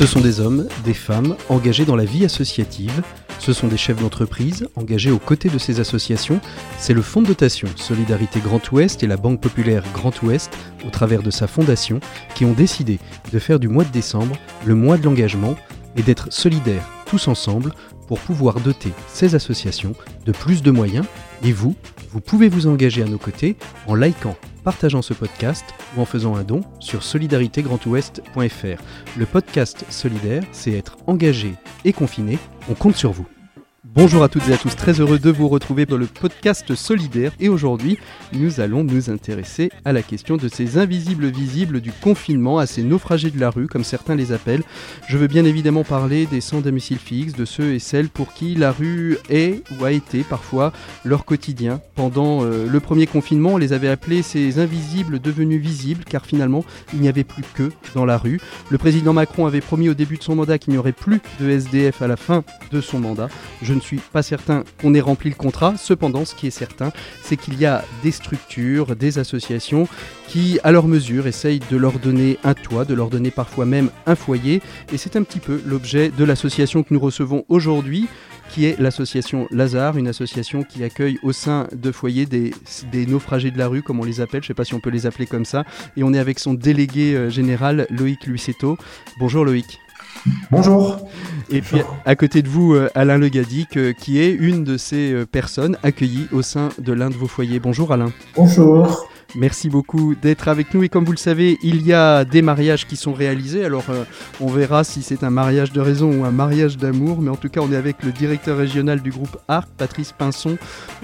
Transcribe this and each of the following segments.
Ce sont des hommes, des femmes engagés dans la vie associative. Ce sont des chefs d'entreprise engagés aux côtés de ces associations. C'est le Fonds de dotation Solidarité Grand Ouest et la Banque Populaire Grand Ouest, au travers de sa fondation, qui ont décidé de faire du mois de décembre le mois de l'engagement et d'être solidaires tous ensemble pour pouvoir doter ces associations de plus de moyens. Et vous pouvez vous engager à nos côtés en likant, partageant ce podcast ou en faisant un don sur solidaritégrandouest.fr. Le podcast solidaire, c'est être engagé et confiné. On compte sur vous. Bonjour à toutes et à tous, très heureux de vous retrouver dans le podcast solidaire. Et aujourd'hui, nous allons nous intéresser à la question de ces invisibles visibles du confinement, à ces naufragés de la rue, comme certains les appellent. Je veux bien évidemment parler des sans domicile fixe, de ceux et celles pour qui la rue est ou a été parfois leur quotidien. Pendant le premier confinement, on les avait appelés ces invisibles devenus visibles, car finalement, il n'y avait plus qu'eux dans la rue. Le président Macron avait promis au début de son mandat qu'il n'y aurait plus de SDF à la fin de son mandat. Je ne suis pas certain qu'on ait rempli le contrat. Cependant, ce qui est certain, c'est qu'il y a des structures, des associations qui, à leur mesure, essayent de leur donner un toit, de leur donner parfois même un foyer. Et c'est un petit peu l'objet de l'association que nous recevons aujourd'hui, qui est l'association Lazare, une association qui accueille au sein de foyers des naufragés de la rue, comme on les appelle. Je ne sais pas si on peut les appeler comme ça. Et on est avec son délégué général, Loïc Luissetto. Bonjour Loïc. Bonjour. Et puis à côté de vous, Alain Legadic, qui est une de ces personnes accueillies au sein de l'un de vos foyers. Bonjour Alain. Bonjour. Merci beaucoup d'être avec nous. Et comme vous le savez, il y a des mariages qui sont réalisés. Alors on verra si c'est un mariage de raison ou un mariage d'amour. Mais en tout cas, on est avec le directeur régional du groupe ARC, Patrice Pinson,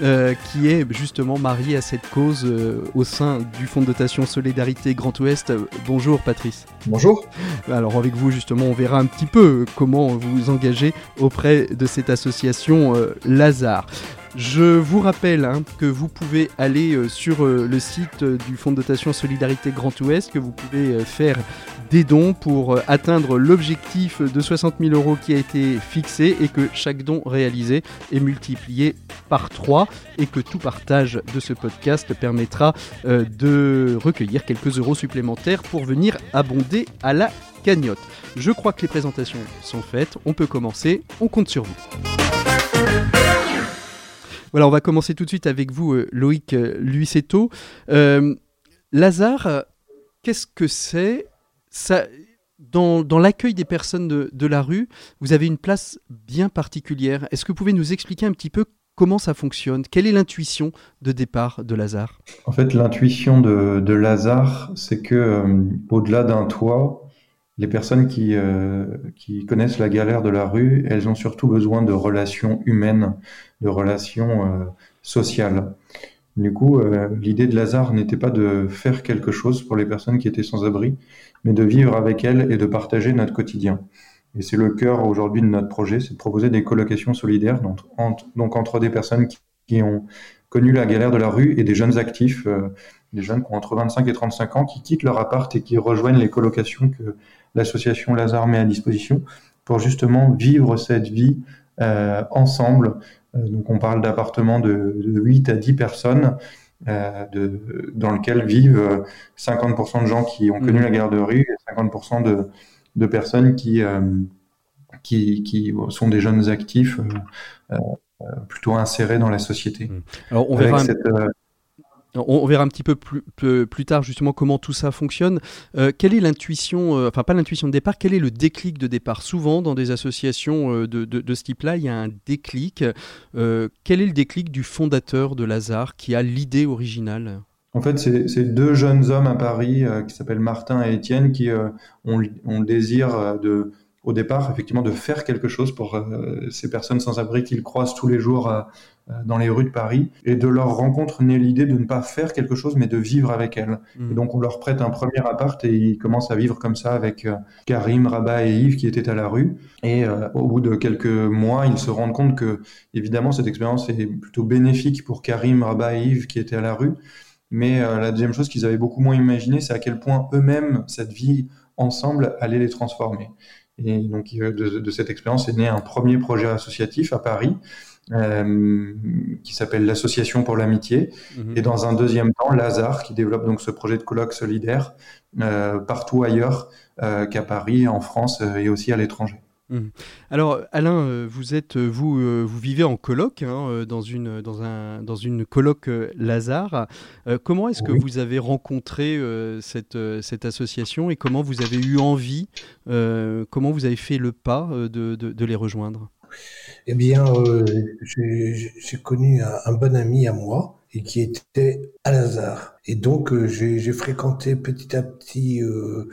qui est justement marié à cette cause au sein du Fonds de dotation Solidarité Grand Ouest. Bonjour Patrice. Bonjour. Alors avec vous justement, on verra un petit peu comment vous vous engagez auprès de cette association Lazare. Je vous rappelle que vous pouvez aller sur le site du Fonds de dotation Solidarité Grand Ouest, que vous pouvez faire des dons pour atteindre l'objectif de 60 000 € qui a été fixé et que chaque don réalisé est multiplié par 3 et que tout partage de ce podcast permettra de recueillir quelques euros supplémentaires pour venir abonder à la cagnotte. Je crois que les présentations sont faites, on peut commencer, on compte sur vous. Voilà, on va commencer tout de suite avec vous, Loïc Luissetto. Lazare, qu'est-ce que c'est ça, dans l'accueil des personnes de la rue, vous avez une place bien particulière. Est-ce que vous pouvez nous expliquer un petit peu comment ça fonctionne ? Quelle est l'intuition de départ de Lazare ? En fait, l'intuition de Lazare, c'est que au-delà d'un toit, les personnes qui connaissent la galère de la rue, elles ont surtout besoin de relations humaines, de relations sociales. Du coup, l'idée de Lazare n'était pas de faire quelque chose pour les personnes qui étaient sans abri, mais de vivre avec elles et de partager notre quotidien. Et c'est le cœur aujourd'hui de notre projet, c'est de proposer des colocations solidaires, donc entre des personnes qui ont connu la galère de la rue et des jeunes actifs, des jeunes qui ont entre 25 et 35 ans, qui quittent leur appart et qui rejoignent les colocations que l'association Lazare met à disposition pour justement vivre cette vie ensemble. Donc on parle d'appartements de 8 à 10 personnes dans lesquels vivent 50% de gens qui ont connu la galère de rue et 50% de personnes qui sont des jeunes actifs plutôt insérés dans la société. Alors on verra un petit peu plus tard justement comment tout ça fonctionne. Quelle est l'intuition, pas l'intuition de départ, quel est le déclic de départ ? Souvent dans des associations de ce type-là, il y a un déclic. Quel est le déclic du fondateur de Lazare qui a l'idée originale ? En fait, c'est deux jeunes hommes à Paris qui s'appellent Martin et Étienne qui ont le désir au départ, effectivement, de faire quelque chose pour ces personnes sans abri qu'ils croisent tous les jours dans les rues de Paris. Et de leur rencontre naît l'idée de ne pas faire quelque chose, mais de vivre avec elles. Et donc, on leur prête un premier appart et ils commencent à vivre comme ça avec Karim, Rabat et Yves qui étaient à la rue. Et au bout de quelques mois, ils se rendent compte que, évidemment, cette expérience est plutôt bénéfique pour Karim, Rabat et Yves qui étaient à la rue. Mais la deuxième chose qu'ils avaient beaucoup moins imaginé, c'est à quel point eux-mêmes, cette vie ensemble, allait les transformer. Et donc, de cette expérience est né un premier projet associatif à Paris qui s'appelle l'Association pour l'amitié. Et dans un deuxième temps, Lazare, qui développe donc ce projet de colloque solidaire partout ailleurs qu'à Paris, en France et aussi à l'étranger. Alors Alain, vous vivez en coloc, hein, dans une coloc Lazare. Comment est-ce que vous avez rencontré cette association et comment vous avez eu envie, comment vous avez fait le pas de les rejoindre? Eh bien, j'ai connu un bon ami à moi et qui était à Lazare. Et donc, j'ai fréquenté petit à petit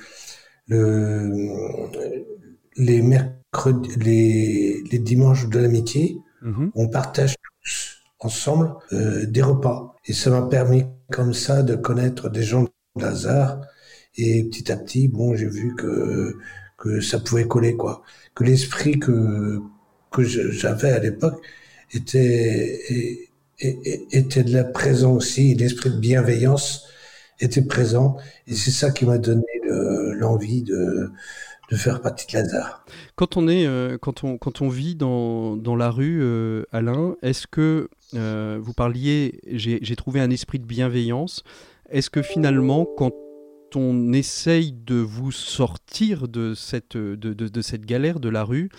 les mercredis, les dimanches de l'amitié. On partage tous ensemble des repas. Et ça m'a permis comme ça de connaître des gens de Lazare. Et petit à petit, bon, j'ai vu que ça pouvait coller, quoi. Que l'esprit que j'avais à l'époque était de la présent aussi, l'esprit de bienveillance était présent, et c'est ça qui m'a donné l'envie de faire partie de Lazare. Quand on vit dans la rue, Alain, est-ce que vous parliez, j'ai trouvé un esprit de bienveillance, est-ce que finalement, quand on essaye de vous sortir de cette galère de la rue,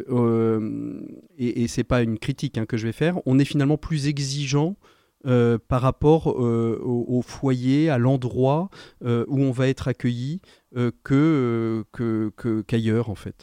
et c'est pas une critique que je vais faire, on est finalement plus exigeant par rapport au foyer, à l'endroit où on va être accueilli qu'ailleurs en fait.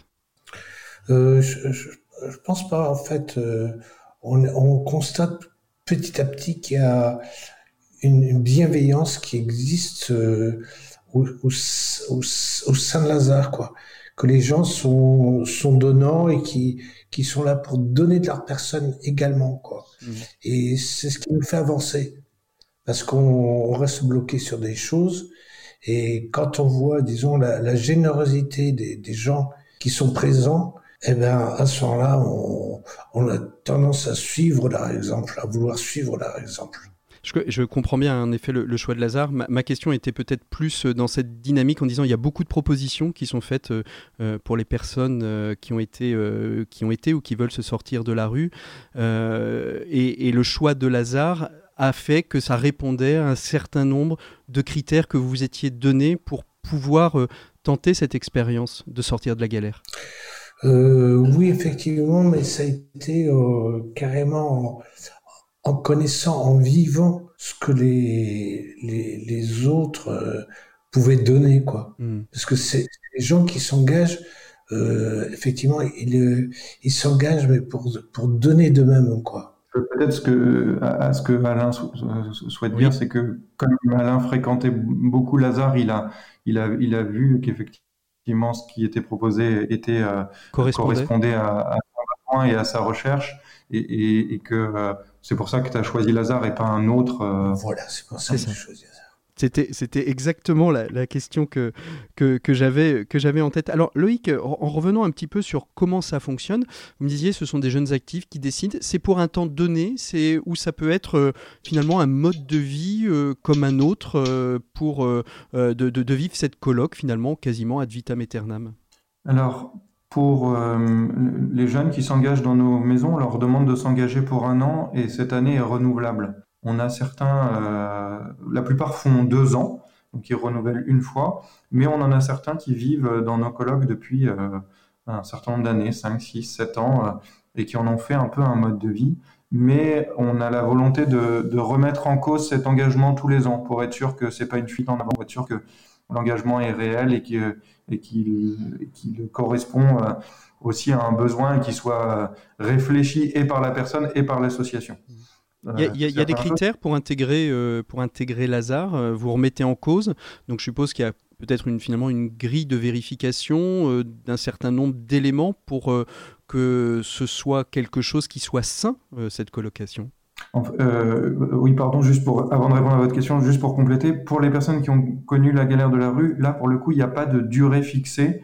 Je pense pas en fait. On constate petit à petit qu'il y a une bienveillance qui existe au sein de Lazare, quoi. Que les gens sont donnants et qui sont là pour donner de leur personne également, quoi. Et c'est ce qui nous fait avancer. Parce qu'on reste bloqué sur des choses. Et quand on voit, disons, la générosité des gens qui sont présents, eh ben, à ce moment-là, on a tendance à suivre leur exemple, à vouloir suivre leur exemple. Je comprends bien en effet le choix de Lazare. Ma question était peut-être plus dans cette dynamique en disant il y a beaucoup de propositions qui sont faites pour les personnes qui ont été ou qui veulent se sortir de la rue. Et le choix de Lazare a fait que ça répondait à un certain nombre de critères que vous vous étiez donnés pour pouvoir tenter cette expérience de sortir de la galère. Oui, effectivement, mais ça a été carrément en connaissant, en vivant ce que les autres pouvaient donner, quoi. Parce que c'est les gens qui s'engagent, effectivement, ils s'engagent, mais pour donner d'eux-mêmes, quoi. Peut-être ce que Alain souhaite dire, c'est que comme Alain fréquentait beaucoup Lazare, il a vu qu'effectivement ce qui était proposé correspondait à son besoin et à sa recherche, et que c'est pour ça que tu as choisi Lazare et pas un autre. Voilà, c'est pour ça que j'ai choisi Lazare. C'était exactement la question que j'avais en tête. Alors Loïc, en revenant un petit peu sur comment ça fonctionne, vous me disiez ce sont des jeunes actifs qui décident, c'est pour un temps donné, c'est où ça peut être finalement un mode de vie comme un autre pour de vivre cette colloque finalement quasiment ad vitam aeternam. Alors pour les jeunes qui s'engagent dans nos maisons, on leur demande de s'engager pour 1 an et cette année est renouvelable. On a certains, la plupart font 2 ans, donc ils renouvellent une fois, mais on en a certains qui vivent dans nos colloques depuis un certain nombre d'années, 5, 6, 7 ans, et qui en ont fait un peu un mode de vie. Mais on a la volonté de remettre en cause cet engagement tous les ans pour être sûr que c'est pas une fuite en avant, pour être sûr que l'engagement est réel et qu'il correspond aussi à un besoin qui soit réfléchi et par la personne et par l'association. Il y a des critères pour intégrer Lazare, vous remettez en cause, donc je suppose qu'il y a peut-être finalement une grille de vérification d'un certain nombre d'éléments pour que ce soit quelque chose qui soit sain, cette colocation. Oui, pardon, avant de répondre à votre question, juste pour compléter, pour les personnes qui ont connu la galère de la rue, là pour le coup il n'y a pas de durée fixée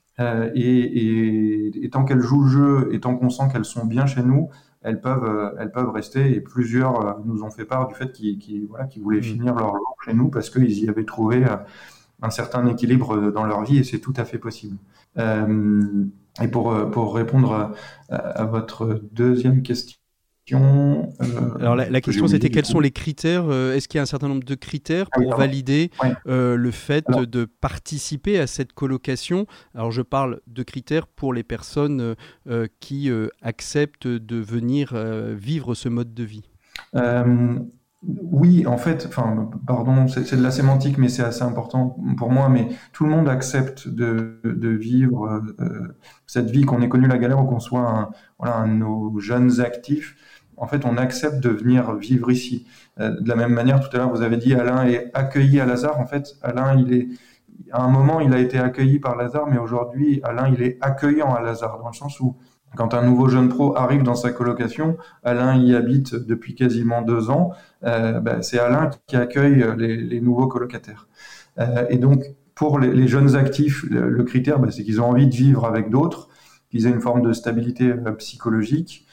et tant qu'elles jouent le jeu et tant qu'on sent qu'elles sont bien chez nous, elles peuvent rester, et plusieurs nous ont fait part du fait qu'ils voulaient finir leur jour chez nous parce qu'ils y avaient trouvé un certain équilibre dans leur vie et c'est tout à fait possible. Et pour répondre à votre deuxième question, Alors la que j'ai question oublié, c'était du quels coup. sont les critères, est-ce qu'il y a un certain nombre de critères Ah oui, pour pardon. valider Ouais. le fait Alors, de participer à cette colocation? Alors je parle de critères pour les personnes qui acceptent de venir vivre ce mode de vie. Euh, oui, en fait, enfin, pardon, c'est de la sémantique, mais c'est assez important pour moi. Mais tout le monde accepte de vivre cette vie, qu'on ait connu la galère ou qu'on soit voilà, un de nos jeunes actifs. En fait, on accepte de venir vivre ici. De la même manière, tout à l'heure, vous avez dit Alain est accueilli à Lazare. En fait, Alain, à un moment, il a été accueilli par Lazare, mais aujourd'hui, Alain, il est accueillant à Lazare, dans le sens où quand un nouveau jeune pro arrive dans sa colocation, Alain y habite depuis quasiment 2 ans. C'est Alain qui accueille les nouveaux colocataires. Et donc, pour les jeunes actifs, le critère, c'est qu'ils ont envie de vivre avec d'autres, qu'ils aient une forme de stabilité psychologique.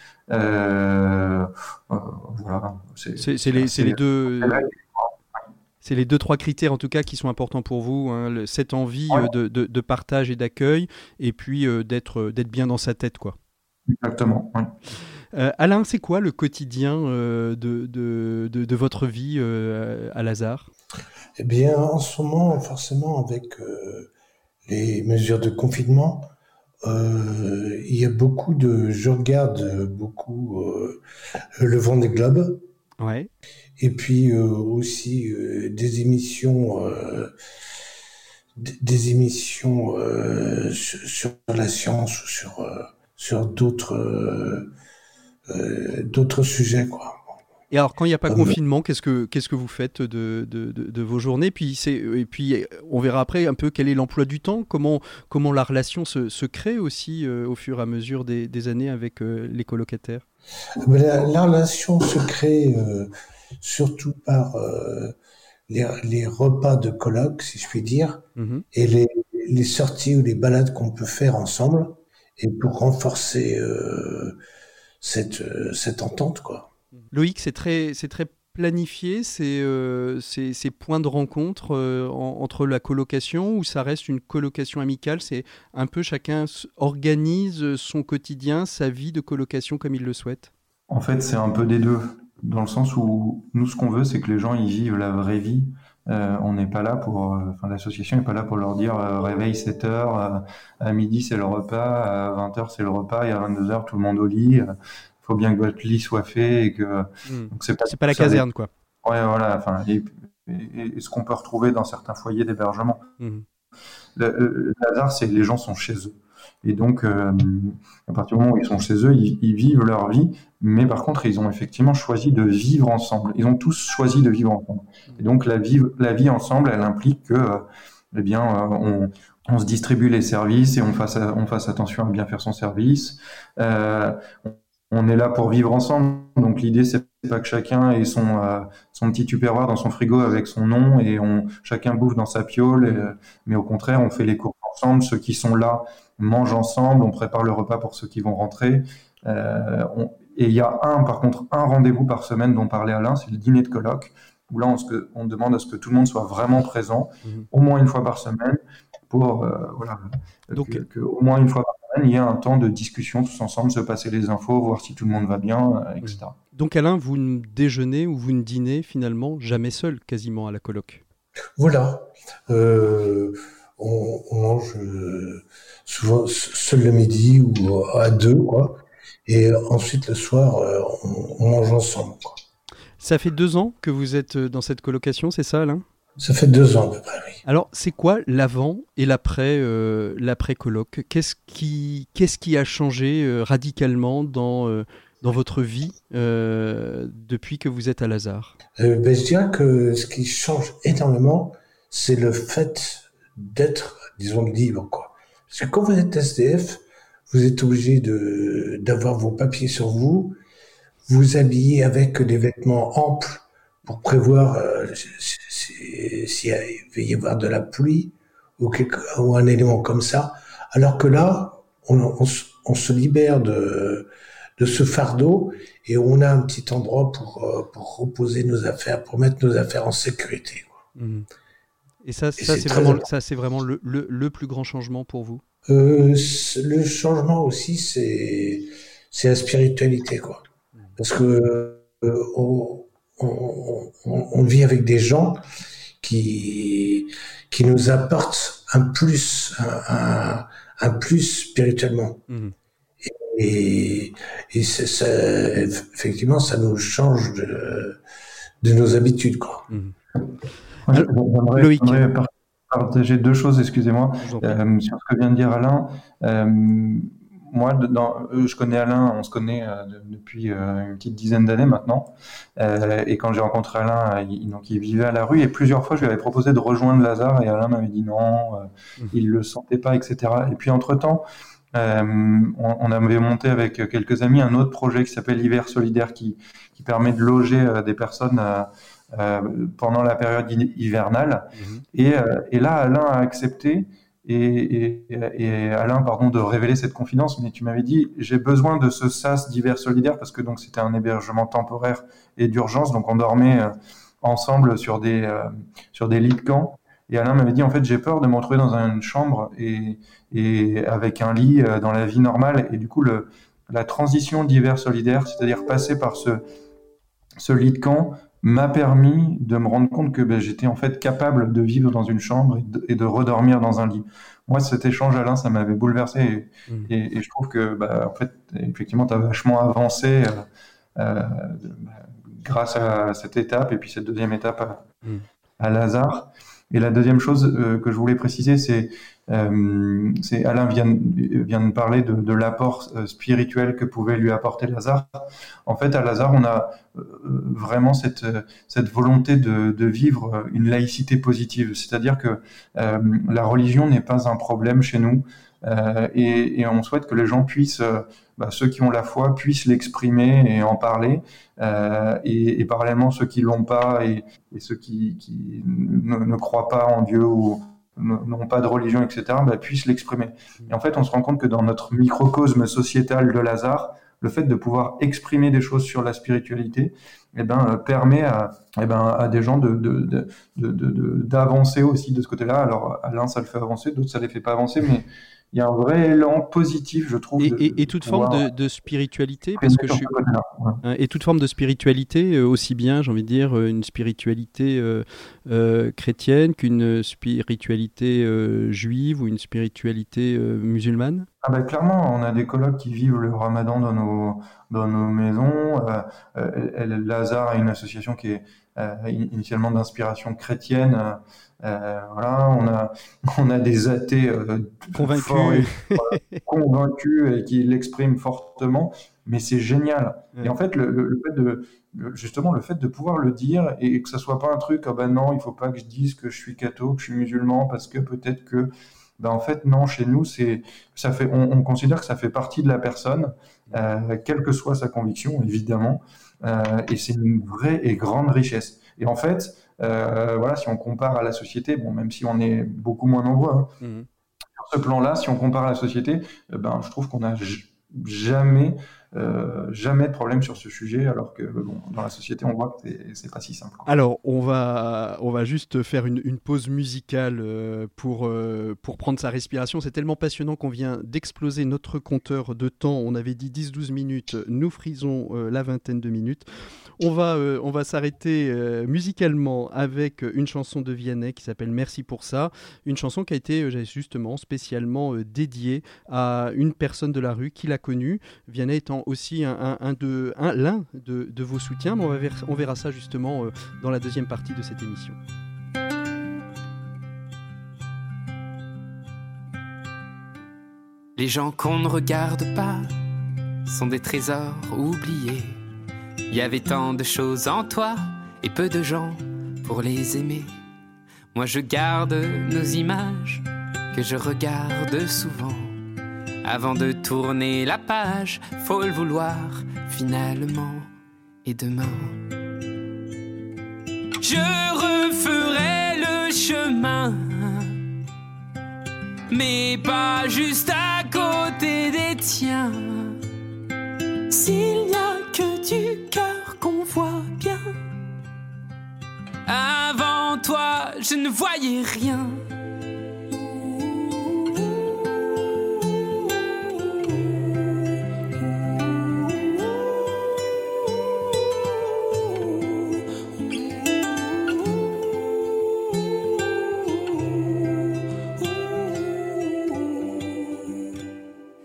Voilà. C'est les deux. C'est les 2-3 critères en tout cas qui sont importants pour vous, hein, cette envie Ouais, de partage et d'accueil, et puis d'être bien dans sa tête, quoi. exactement. Ouais. Alain, c'est quoi le quotidien de votre vie à Lazare? Eh bien, en ce moment, forcément, avec les mesures de confinement, il y a je regarde beaucoup le Vendée Globe, Ouais. et puis aussi des émissions, sur la science ou sur d'autres sujets, quoi. Et alors, quand il n'y a pas Comme, confinement, qu'est-ce que vous faites de vos journées? Et puis, on verra après un peu quel est l'emploi du temps, comment la relation se crée aussi au fur et à mesure des années avec les colocataires. la relation se crée surtout par les repas de colloque, si je puis dire, Mhm. et les sorties ou les balades qu'on peut faire ensemble, et pour renforcer cette entente, quoi. Loïc, c'est très planifié, ces points de rencontre entre la colocation, ou ça reste une colocation amicale, c'est un peu chacun organise son quotidien, sa vie de colocation comme il le souhaite. En fait, c'est un peu des deux, dans le sens où nous, ce qu'on veut, c'est que les gens y vivent la vraie vie. On n'est pas là l'association n'est pas là pour leur dire réveille 7 heures, à midi c'est le repas, à 20 heures c'est le repas, et à 22 heures tout le monde au lit. Faut bien que votre lit soit fait et que donc c'est pas C'est pas la ça des... caserne, quoi. Ouais, voilà. Enfin, et ce qu'on peut retrouver dans certains foyers d'hébergement. Mhm. Le hasard, c'est que les gens sont chez eux. Et donc, à partir du moment où ils sont chez eux, ils vivent leur vie. Mais par contre, ils ont effectivement choisi de vivre ensemble. Ils ont tous choisi de vivre ensemble. Et donc, la vie ensemble, elle implique que, on se distribue les services et on fasse attention à bien faire son service. On est là pour vivre ensemble. Donc, l'idée, c'est pas que chacun ait son petit tupperware dans son frigo avec son nom et chacun bouffe dans sa piole. Mais au contraire, on fait les courses ensemble. Ceux qui sont là mangent ensemble. On prépare le repas pour ceux qui vont rentrer. Et il y a par contre, un rendez-vous par semaine dont parlait Alain, c'est le dîner de coloc, où là, on demande à ce que tout le monde soit vraiment présent, au moins une fois par semaine, pour Donc, que au moins une fois par semaine, il y ait un temps de discussion tous ensemble, se passer les infos, voir si tout le monde va bien, etc. donc Alain, vous ne déjeunez ou vous ne dînez finalement jamais seul, quasiment à la coloc. Voilà. On mange souvent seul le midi ou à deux, quoi. Et ensuite, le soir, on mange ensemble, quoi. Ça fait 2 ans que vous êtes dans cette colocation, c'est ça, Alain? Ça fait 2 ans à peu près, oui. Alors, c'est quoi l'avant et l'après coloc? Qu'est-ce qui a changé radicalement dans votre vie depuis que vous êtes à Lazare? Je dirais que ce qui change énormément, c'est le fait d'être, disons, libre, quoi. Parce que quand vous êtes SDF, vous êtes obligé d'avoir vos papiers sur vous, vous habiller avec des vêtements amples pour prévoir s'il va y avoir de la pluie ou un élément comme ça. Alors que là, on se libère de ce fardeau et on a un petit endroit pour reposer nos affaires, pour mettre nos affaires en sécurité, quoi. Mmh. Et ça, Et c'est vraiment le plus grand changement pour vous? Le changement aussi, c'est la spiritualité, quoi. parce que on vit avec des gens qui nous apportent un plus, un plus spirituellement. Et effectivement, ça nous change de nos habitudes, quoi. J'aimerais partager deux choses, excusez-moi, sur ce que vient de dire Alain. Moi, je connais Alain, on se connaît depuis une petite dizaine d'années maintenant. Et quand j'ai rencontré Alain, il vivait à la rue, et plusieurs fois, je lui avais proposé de rejoindre Lazare, et Alain m'avait dit non, il le sentait pas, etc. Et puis, entre-temps, on avait monté avec quelques amis un autre projet qui s'appelle Hiver Solidaire, qui permet de loger des personnes pendant la période hivernale. Et là, Alain a accepté, et Alain, pardon, de révéler cette confidence, mais tu m'avais dit, j'ai besoin de ce sas d'hiver solidaire, parce que donc c'était un hébergement temporaire et d'urgence, donc on dormait ensemble sur des lits de camp. Et Alain m'avait dit, en fait, j'ai peur de me retrouver dans une chambre et avec un lit dans la vie normale. Et du coup, la transition d'hiver solidaire, c'est-à-dire passer par ce lit de camp, m'a permis de me rendre compte que j'étais en fait capable de vivre dans une chambre et de redormir dans un lit. Moi, cet échange, Alain, ça m'avait bouleversé, et je trouve que en fait, effectivement, tu as vachement avancé grâce à cette étape, et puis cette deuxième étape à Lazare. Et la deuxième chose que je voulais préciser, c'est Alain vient de parler de l'apport spirituel que pouvait lui apporter Lazare. En fait, à Lazare, on a vraiment cette volonté de vivre une laïcité positive. C'est-à-dire que la religion n'est pas un problème chez nous, et on souhaite que les gens puissent, ceux qui ont la foi, puissent l'exprimer et en parler, et parallèlement ceux qui l'ont pas et ceux qui ne croient pas en Dieu ou n'ont pas de religion, etc., puissent l'exprimer. Et en fait, on se rend compte que dans notre microcosme sociétal de Lazare, le fait de pouvoir exprimer des choses sur la spiritualité, permet à des gens d'avancer aussi de ce côté-là. Alors, Alain, ça le fait avancer, d'autres, ça les fait pas avancer, mais il y a un vrai élan positif, je trouve. Et toute forme de spiritualité, parce que et toute forme de spiritualité, aussi bien, j'ai envie de dire, une spiritualité chrétienne qu'une spiritualité juive ou une spiritualité musulmane. Clairement, on a des colocs qui vivent le ramadan dans nos maisons. Lazare a une association qui est initialement d'inspiration chrétienne. Voilà, on a des athées convaincus et qui l'expriment fortement, mais c'est génial. Et en fait, le fait de pouvoir le dire, et que ça soit pas un truc, non, il faut pas que je dise que je suis catho, que je suis musulman, parce que peut-être que en fait, non, chez nous, on considère que ça fait partie de la personne, quelle que soit sa conviction, évidemment, et c'est une vraie et grande richesse. Et en fait, si on compare à la société, même si on est beaucoup moins nombreux, sur ce plan-là, si on compare à la société, je trouve qu'on n'a jamais de problème sur ce sujet, alors que dans la société, on voit que c'est pas si simple. Alors, on va juste faire une pause musicale pour prendre sa respiration. C'est tellement passionnant qu'on vient d'exploser notre compteur de temps. On avait dit 10-12 minutes, nous frisons la vingtaine de minutes. On va s'arrêter musicalement avec une chanson de Vianney qui s'appelle Merci pour ça. Une chanson qui a été justement spécialement dédiée à une personne de la rue qui l'a connue. Vianney étant aussi l'un de vos soutiens, mais on verra ça justement dans la deuxième partie de cette émission. Les gens qu'on ne regarde pas sont des trésors oubliés. Il y avait tant de choses en toi et peu de gens pour les aimer. Moi je garde nos images que je regarde souvent. Avant de tourner la page, faut le vouloir finalement. Et demain, je referai le chemin, mais pas juste à côté des tiens. S'il n'y a que du cœur qu'on voit bien, avant toi, je ne voyais rien.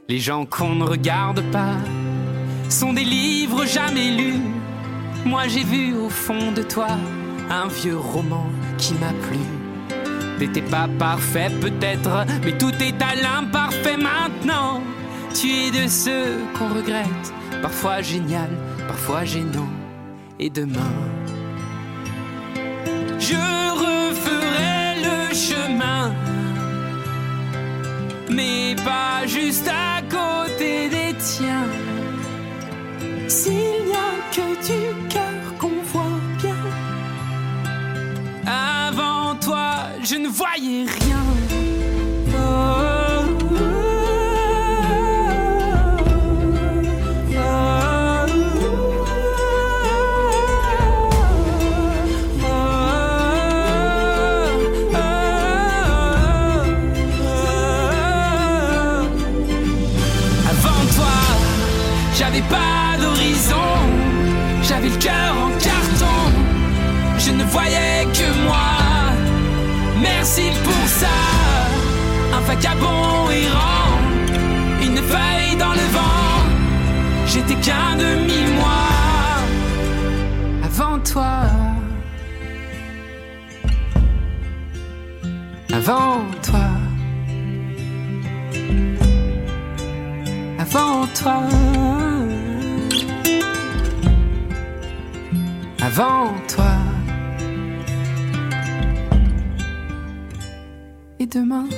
Les gens qu'on ne regarde pas sont des livres jamais lus. Moi j'ai vu au fond de toi un vieux roman qui m'a plu. T'étais pas parfait peut-être, mais tout est à l'imparfait maintenant. Tu es de ceux qu'on regrette, parfois génial, parfois gênant. Et demain, je referai le chemin, mais pas juste à côté des tiens. S'il n'y a que du cœur qu'on voit bien, avant toi, je ne voyais rien. J'avais pas d'horizon, j'avais le cœur en carton, je ne voyais que moi. Merci pour ça, un vagabond errant, une feuille dans le vent. J'étais qu'un demi-moi avant toi. Avant toi. Avant toi. Avant toi. Et demain,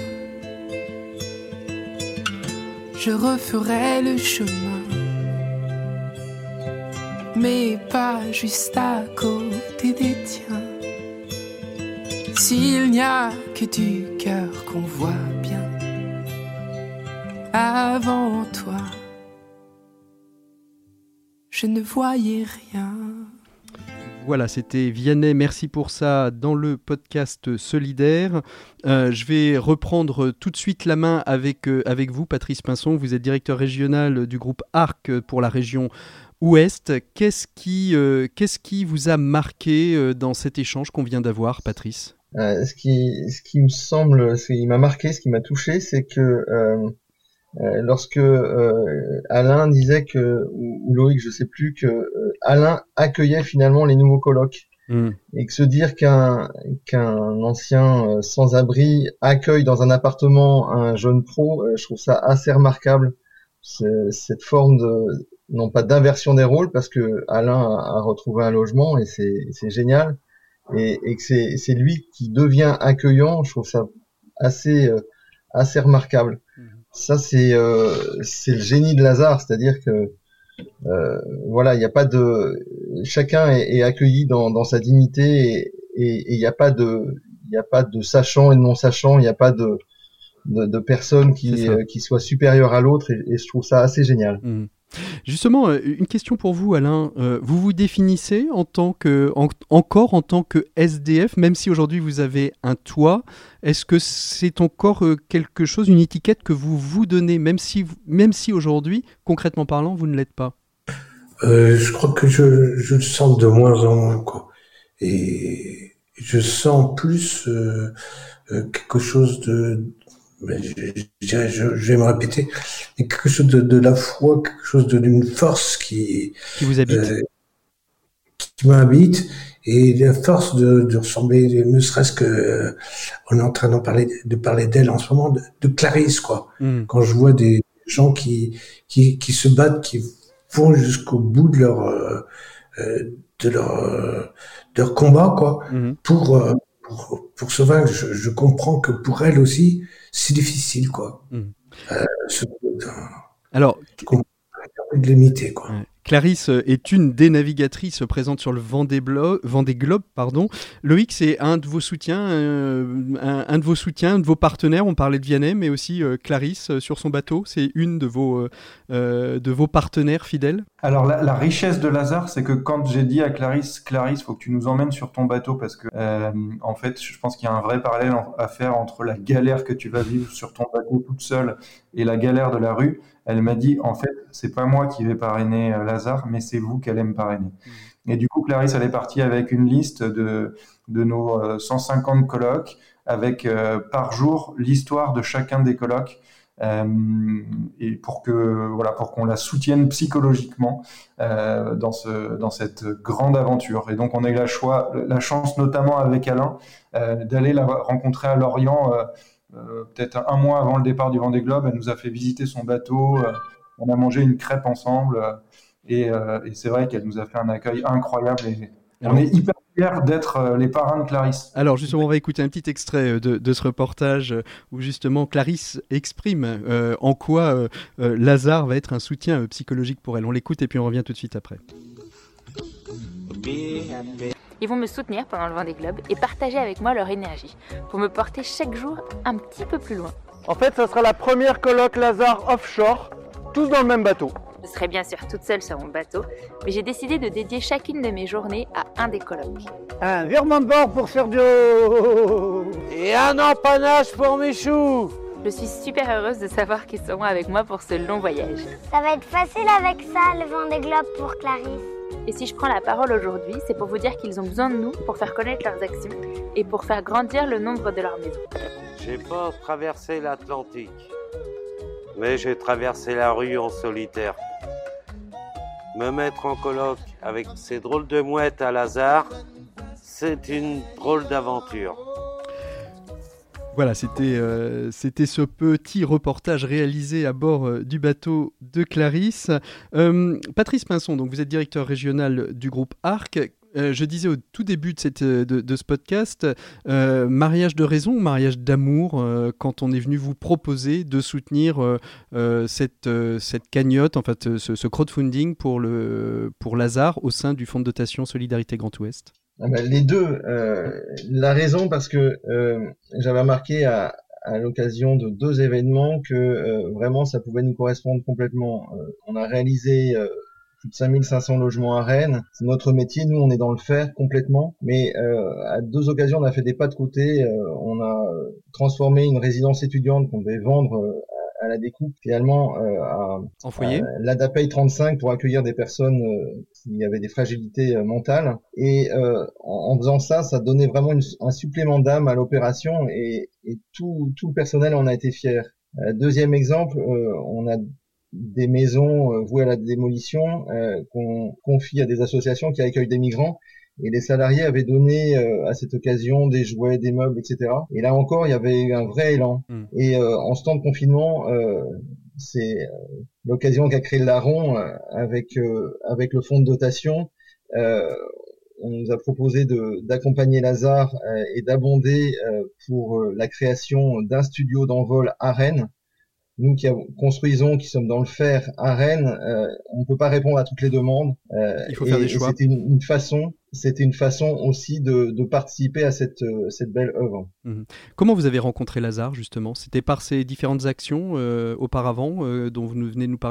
je referai le chemin, mais pas juste à côté des tiens. S'il n'y a que du cœur qu'on voit bien, avant toi, je ne voyais rien. Voilà, c'était Vianney, merci pour ça, dans le podcast Solidaire. Je vais reprendre tout de suite la main avec vous, Patrice Pinson. Vous êtes directeur régional du groupe ARC pour la région Ouest. Qu'est-ce qui vous a marqué dans cet échange qu'on vient d'avoir, Patrice ? Ce qui me semble, ce qui m'a marqué, ce qui m'a touché, c'est que lorsque Alain disait ou Loïc, je sais plus, que Alain accueillait finalement les nouveaux colocs, et que se dire qu'un ancien sans-abri accueille dans un appartement un jeune pro, je trouve ça assez remarquable. Cette forme de, non pas d'inversion des rôles, parce que Alain a retrouvé un logement et c'est génial, et que c'est lui qui devient accueillant. Je trouve ça assez remarquable. Ça, c'est le génie de Lazare, c'est-à-dire que voilà, il y a pas de, chacun est accueilli dans sa dignité, et il y a pas de sachant et de non sachant, il n'y a pas de personne qui soit supérieure à l'autre, et je trouve ça assez génial. Justement, une question pour vous, Alain. Vous vous définissez encore en tant que SDF, même si aujourd'hui vous avez un toit. Est-ce que c'est encore quelque chose, une étiquette que vous donnez, même si aujourd'hui, concrètement parlant, vous ne l'êtes pas ? Je crois que je le sens de moins en moins, quoi. Et je sens plus quelque chose de... Je vais me répéter, mais quelque chose de la foi, quelque chose d'une force qui vous habite, qui m'habite, et la force de ressembler, ne serait-ce que on est en train de parler d'elle en ce moment, de Clarisse, quoi. Quand je vois des gens qui se battent, qui vont jusqu'au bout de leur combat, quoi, pour se vaincre. Je comprends que pour elle aussi, c'est difficile, quoi. Alors, de l'imiter, quoi. Clarisse est une des navigatrices présentes sur le Vendée Globe, pardon. Loïc, c'est un de vos soutiens, un de vos partenaires. On parlait de Vianney, mais aussi Clarisse sur son bateau. C'est une de vos partenaires fidèles. Alors la richesse de Lazare, c'est que quand j'ai dit à Clarisse, faut que tu nous emmènes sur ton bateau, parce que en fait, je pense qu'il y a un vrai parallèle à faire entre la galère que tu vas vivre sur ton bateau toute seule et la galère de la rue. Elle m'a dit, en fait, c'est pas moi qui vais parrainer Lazare, mais c'est vous qu'elle aime parrainer. Et du coup, Clarisse, elle est partie avec une liste de nos 150 colocs, avec par jour l'histoire de chacun des colocs. et pour qu'on la soutienne psychologiquement dans cette grande aventure. Et donc on a eu la chance notamment avec Alain d'aller la rencontrer à Lorient peut-être un mois avant le départ du Vendée Globe. Elle nous a fait visiter son bateau, on a mangé une crêpe ensemble et c'est vrai qu'elle nous a fait un accueil incroyable et on est hyper fiers d'être les parrains de Clarisse. Alors justement, on va écouter un petit extrait de ce reportage où justement Clarisse exprime en quoi Lazare va être un soutien psychologique pour elle. On l'écoute et puis on revient tout de suite après. Ils vont me soutenir pendant le Vendée Globe et partager avec moi leur énergie pour me porter chaque jour un petit peu plus loin. En fait, ça sera la première colloque Lazare offshore, tous dans le même bateau. Je serai bien sûr toute seule sur mon bateau, mais j'ai décidé de dédier chacune de mes journées à un des colloques. Un virement de bord pour Sergio et un empannage pour Michou. Je suis super heureuse de savoir qu'ils seront avec moi pour ce long voyage. Ça va être facile avec ça, le Vendée Globe pour Clarisse. Et si je prends la parole aujourd'hui, c'est pour vous dire qu'ils ont besoin de nous pour faire connaître leurs actions et pour faire grandir le nombre de leurs maisons. J'ai pas traversé l'Atlantique, mais j'ai traversé la rue en solitaire. Me mettre en colloque avec ces drôles de mouettes à Lazare, c'est une drôle d'aventure. Voilà, c'était ce petit reportage réalisé à bord du bateau de Clarisse. Patrice Pinson, donc vous êtes directeur régional du groupe ARC. Je disais au tout début de ce podcast, mariage de raison ou mariage d'amour, quand on est venu vous proposer de soutenir cette cagnotte, en fait, ce crowdfunding pour Lazare au sein du Fonds de dotation Solidarité Grand Ouest. Les deux. La raison, parce que j'avais remarqué à l'occasion de deux événements que vraiment ça pouvait nous correspondre complètement. On a réalisé plus de 5500 logements à Rennes. C'est notre métier, nous on est dans le faire complètement. Mais à deux occasions on a fait des pas de côté. On a transformé une résidence étudiante qu'on devait vendre à la découpe finalement en foyer, l'Adapay 35 pour accueillir des personnes qui avaient des fragilités mentales. Et en faisant ça, ça donnait vraiment un supplément d'âme à l'opération et tout le personnel en a été fier. Deuxième exemple, on a des maisons vouées à la démolition qu'on confie à des associations qui accueillent des migrants. Et les salariés avaient donné à cette occasion des jouets, des meubles, etc. Et là encore, il y avait eu un vrai élan. Et en ce temps de confinement, c'est l'occasion qu'a créé le Larron avec le fonds de dotation. On nous a proposé d'accompagner Lazare et d'abonder pour la création d'un studio d'envol à Rennes. Nous qui construisons, qui sommes dans le fer à Rennes, on ne peut pas répondre à toutes les demandes. Il faut faire des choix. C'était une façon aussi de participer à cette belle œuvre. Comment vous avez rencontré Lazare, justement ? C'était par ces différentes actions auparavant dont vous venez de nous parler ?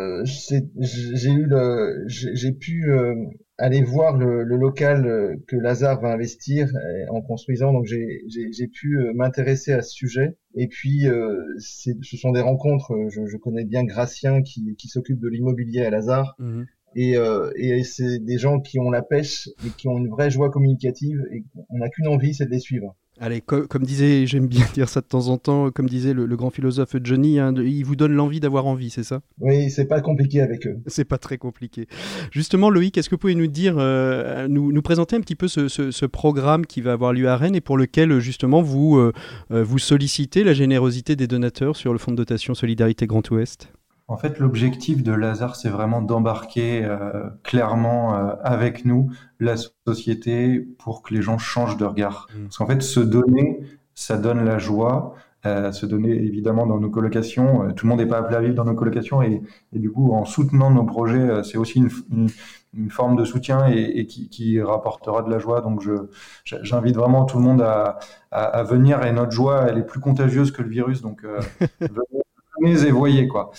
J'ai pu aller voir le local que Lazare va investir en construisant, donc j'ai pu m'intéresser à ce sujet. Et puis ce sont des rencontres. Je connais bien Gracien qui s'occupe de l'immobilier à Lazare. Et c'est des gens qui ont la pêche et qui ont une vraie joie communicative et on n'a qu'une envie, c'est de les suivre. Allez, comme disait, j'aime bien dire ça de temps en temps, comme disait le grand philosophe Johnny, il vous donne l'envie d'avoir envie, c'est ça ? Oui, c'est pas compliqué avec eux. C'est pas très compliqué. Justement, Loïc, est-ce que vous pouvez nous dire, nous présenter un petit peu ce programme qui va avoir lieu à Rennes et pour lequel justement vous sollicitez la générosité des donateurs sur le fonds de dotation Solidarité Grand Ouest ? En fait, l'objectif de Lazare, c'est vraiment d'embarquer clairement avec nous la société pour que les gens changent de regard. Parce qu'en fait, se donner, ça donne la joie. Se donner évidemment dans nos colocations. Tout le monde n'est pas appelé à vivre dans nos colocations et du coup, en soutenant nos projets, c'est aussi une forme de soutien et qui rapportera de la joie. Donc, j'invite vraiment tout le monde à venir et notre joie, elle est plus contagieuse que le virus. Donc, venez et voyez quoi.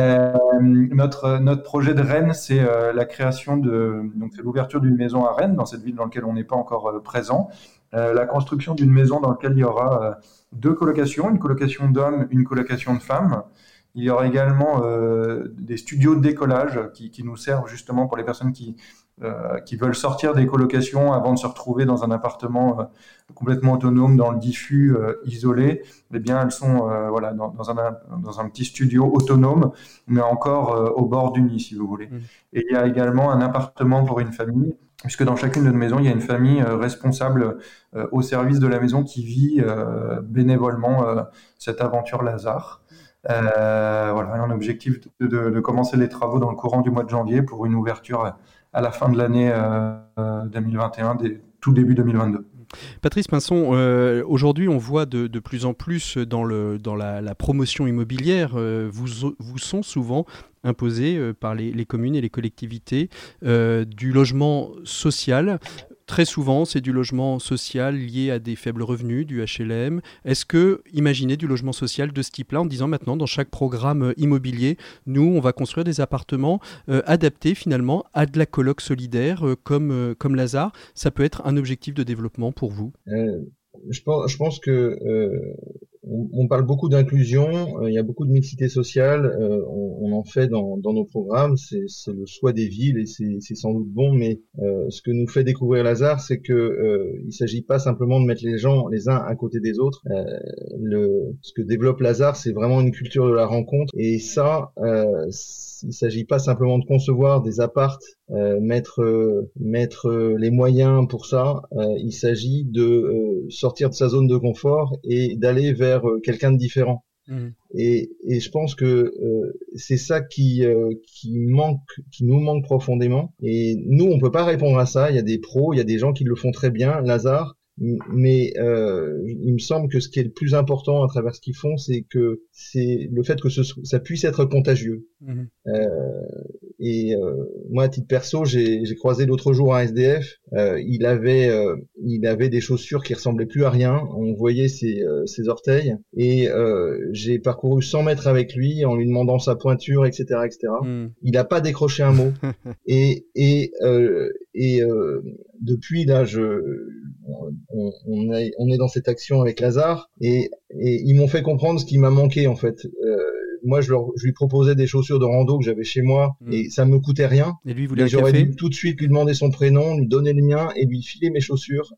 Notre projet de Rennes, c'est la création donc c'est l'ouverture d'une maison à Rennes, dans cette ville dans laquelle on n'est pas encore présent. La construction d'une maison dans laquelle il y aura deux colocations, une colocation d'hommes, une colocation de femmes. Il y aura également des studios de décollage qui nous servent justement pour les personnes qui qui veulent sortir des colocations avant de se retrouver dans un appartement complètement autonome, dans le diffus, isolé, eh bien elles sont dans un petit studio autonome, mais encore au bord du Nid, si vous voulez. Et il y a également un appartement pour une famille, puisque dans chacune de nos maisons, il y a une famille responsable au service de la maison qui vit bénévolement cette aventure Lazare. Un objectif de commencer les travaux dans le courant du mois de janvier pour une ouverture à la fin de l'année 2021, tout début 2022. Patrice Pinson, aujourd'hui on voit de plus en plus dans la promotion immobilière, vous sont souvent imposés par les communes et les collectivités du logement social. Très souvent, c'est du logement social lié à des faibles revenus, du HLM. Est-ce que imaginer du logement social de ce type-là en disant maintenant dans chaque programme immobilier, nous on va construire des appartements adaptés finalement à de la coloc solidaire comme Lazare, ça peut être un objectif de développement pour vous? Je pense que on parle beaucoup d'inclusion, il y a beaucoup de mixité sociale, on en fait dans nos programmes, c'est le choix des villes et c'est sans doute bon, mais ce que nous fait découvrir Lazare, c'est que il s'agit pas simplement de mettre les gens les uns à côté des autres. Ce que développe Lazare, c'est vraiment une culture de la rencontre, et ça, il s'agit pas simplement de concevoir des apparts, mettre les moyens pour ça. Il s'agit de sortir de sa zone de confort et d'aller vers quelqu'un de différent. Et je pense que c'est ça qui nous manque profondément. Et nous, on peut pas répondre à ça. Il y a des pros, il y a des gens qui le font très bien, Lazare. Mais il me semble que ce qui est le plus important à travers ce qu'ils font, c'est le fait que ça puisse être contagieux. Moi, à titre perso, j'ai croisé l'autre jour un SDF. Il avait des chaussures qui ressemblaient plus à rien. On voyait ses orteils. Et j'ai parcouru 100 mètres avec lui en lui demandant sa pointure, etc., etc. Il n'a pas décroché un mot. Depuis là, on est dans cette action avec Lazare et ils m'ont fait comprendre ce qui m'a manqué en fait. Moi, je lui proposais des chaussures de rando que j'avais chez moi et ça me coûtait rien. Et lui, voulait j'aurais dû tout de suite lui demander son prénom, lui donner le mien et lui filer mes chaussures.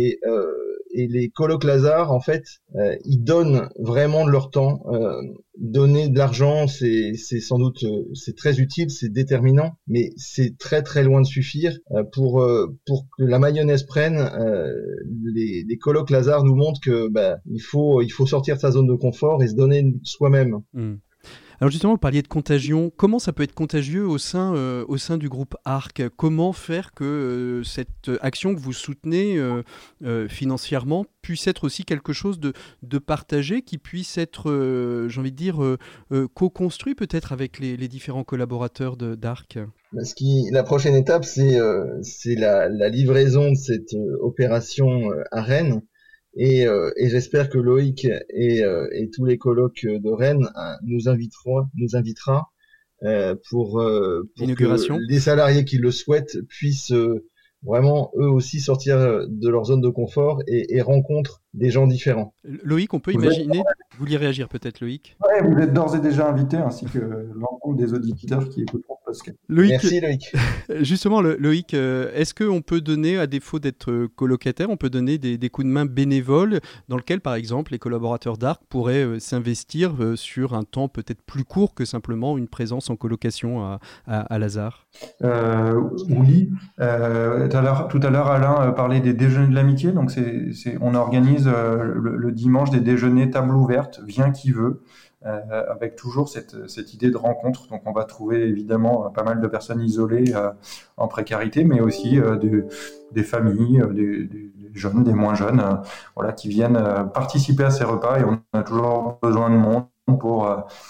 Et les colocs Lazare, en fait, ils donnent vraiment de leur temps. Donner de l'argent, c'est sans doute, c'est très utile, c'est déterminant, mais c'est très très loin de suffire pour que la mayonnaise prenne. Les colocs Lazare nous montrent que il faut sortir de sa zone de confort et se donner soi-même. Alors justement, vous parliez de contagion. Comment ça peut être contagieux au sein du groupe ARC? Comment faire que cette action que vous soutenez financièrement puisse être aussi quelque chose de partagé, qui puisse être, j'ai envie de dire, co-construit peut-être avec les différents collaborateurs d'ARC? La prochaine étape, c'est la livraison de cette opération à Rennes. Et j'espère que Loïc et tous les colocs de Rennes nous invitera pour l'inauguration. Que les salariés qui le souhaitent puissent vraiment eux aussi sortir de leur zone de confort et rencontrent des gens différents. Loïc, on peut imaginer... Vous vouliez réagir peut-être, Loïc? Oui, vous êtes d'ores et déjà invité, ainsi que l'ensemble des auditeurs qui écouteront le podcast. Merci Loïc. Justement, Loïc, est-ce qu'on peut donner, à défaut d'être colocataire, on peut donner des coups de main bénévoles dans lequel, par exemple, les collaborateurs d'ARC pourraient s'investir sur un temps peut-être plus court que simplement une présence en colocation à Lazare? Oui. Tout à l'heure, Alain parlait des déjeuners de l'amitié. Donc, on organise le dimanche des déjeuners table ouverte, vient qui veut, avec toujours cette idée de rencontre. Donc, on va trouver évidemment pas mal de personnes isolées en précarité, mais aussi des familles, des jeunes, des moins jeunes, qui viennent participer à ces repas. Et on a toujours besoin de monde pour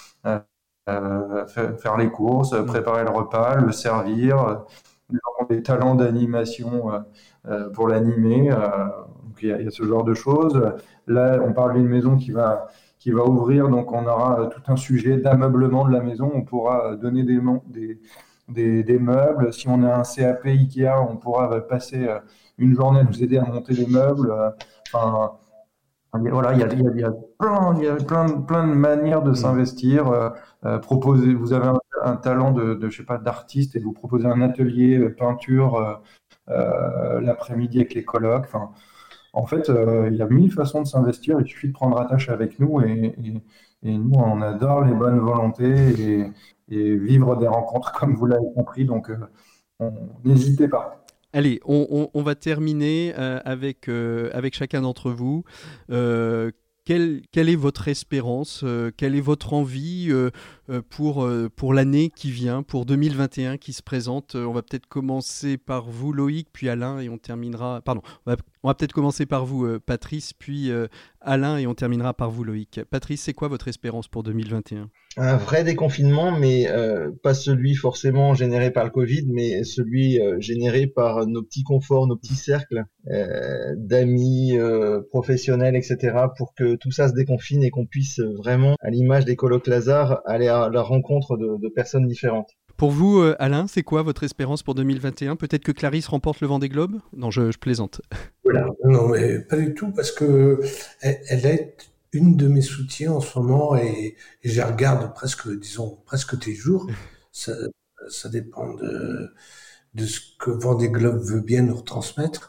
faire les courses, préparer le repas, le servir. Nous avons des talents d'animation pour l'animer. Donc il y a ce genre de choses. Là, on parle d'une maison qui va ouvrir, donc on aura tout un sujet d'ameublement de la maison. On pourra donner des meubles. Si on a un CAP Ikea, on pourra passer une journée à nous aider à monter les meubles. Voilà, il y a plein de manières de s'investir. Proposer. Vous avez un talent je sais pas, d'artiste et de vous proposer un atelier peinture l'après-midi avec les colocs. Enfin, en fait, il y a 1000 façons de s'investir. Il suffit de prendre attache avec nous et nous, on adore les bonnes volontés et vivre des rencontres comme vous l'avez compris. Donc, n'hésitez pas. Allez, on va terminer avec chacun d'entre vous. Quelle est votre espérance, quelle est votre envie pour l'année qui vient, pour 2021 qui se présente? On va peut-être commencer par vous, Loïc, puis Alain, et on terminera... Pardon, on va peut-être commencer par vous, Patrice, puis Alain, et on terminera par vous, Loïc. Patrice, c'est quoi votre espérance pour 2021? Un vrai déconfinement, mais pas celui forcément généré par le Covid, mais celui généré par nos petits conforts, nos petits cercles d'amis, professionnels, etc., pour que tout ça se déconfine et qu'on puisse vraiment, à l'image des colloques Lazare, aller à la rencontre de personnes différentes. Pour vous, Alain, c'est quoi votre espérance pour 2021? Peut-être que Clarisse remporte le Vendée Globe? Non, je plaisante. Voilà. Non, mais pas du tout, parce que elle est une de mes soutiens en ce moment et je la regarde presque tous les jours. Ça dépend de ce que Vendée Globe veut bien nous retransmettre.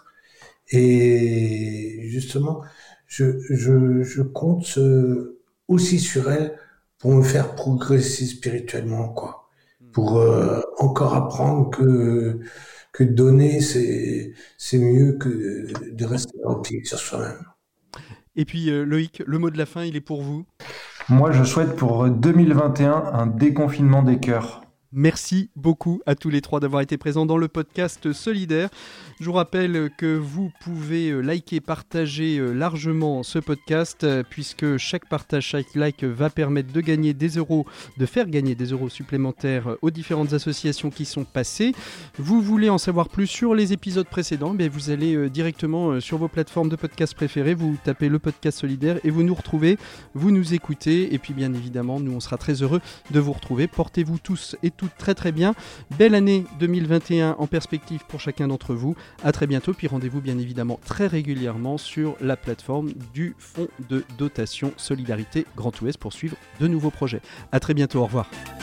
Et justement, je compte aussi sur elle pour me faire progresser spirituellement, quoi. Pour encore apprendre que donner, c'est mieux que de rester rempli sur soi-même. Et puis Loïc, le mot de la fin, il est pour vous. Moi, je souhaite pour 2021 un déconfinement des cœurs. Merci beaucoup à tous les trois d'avoir été présents dans le podcast Solidaire. Je vous rappelle que vous pouvez liker, partager largement ce podcast puisque chaque partage, chaque like va permettre de gagner des euros, de faire gagner des euros supplémentaires aux différentes associations qui sont passées. Vous voulez en savoir plus sur les épisodes précédents, vous allez directement sur vos plateformes de podcast préférées, vous tapez le podcast Solidaire et vous nous retrouvez, vous nous écoutez et puis bien évidemment nous on sera très heureux de vous retrouver. Portez-vous tous et toutes très très bien. Belle année 2021 en perspective pour chacun d'entre vous. À très bientôt, puis rendez-vous bien évidemment très régulièrement sur la plateforme du Fonds de dotation Solidarité Grand Ouest pour suivre de nouveaux projets. À très bientôt, au revoir.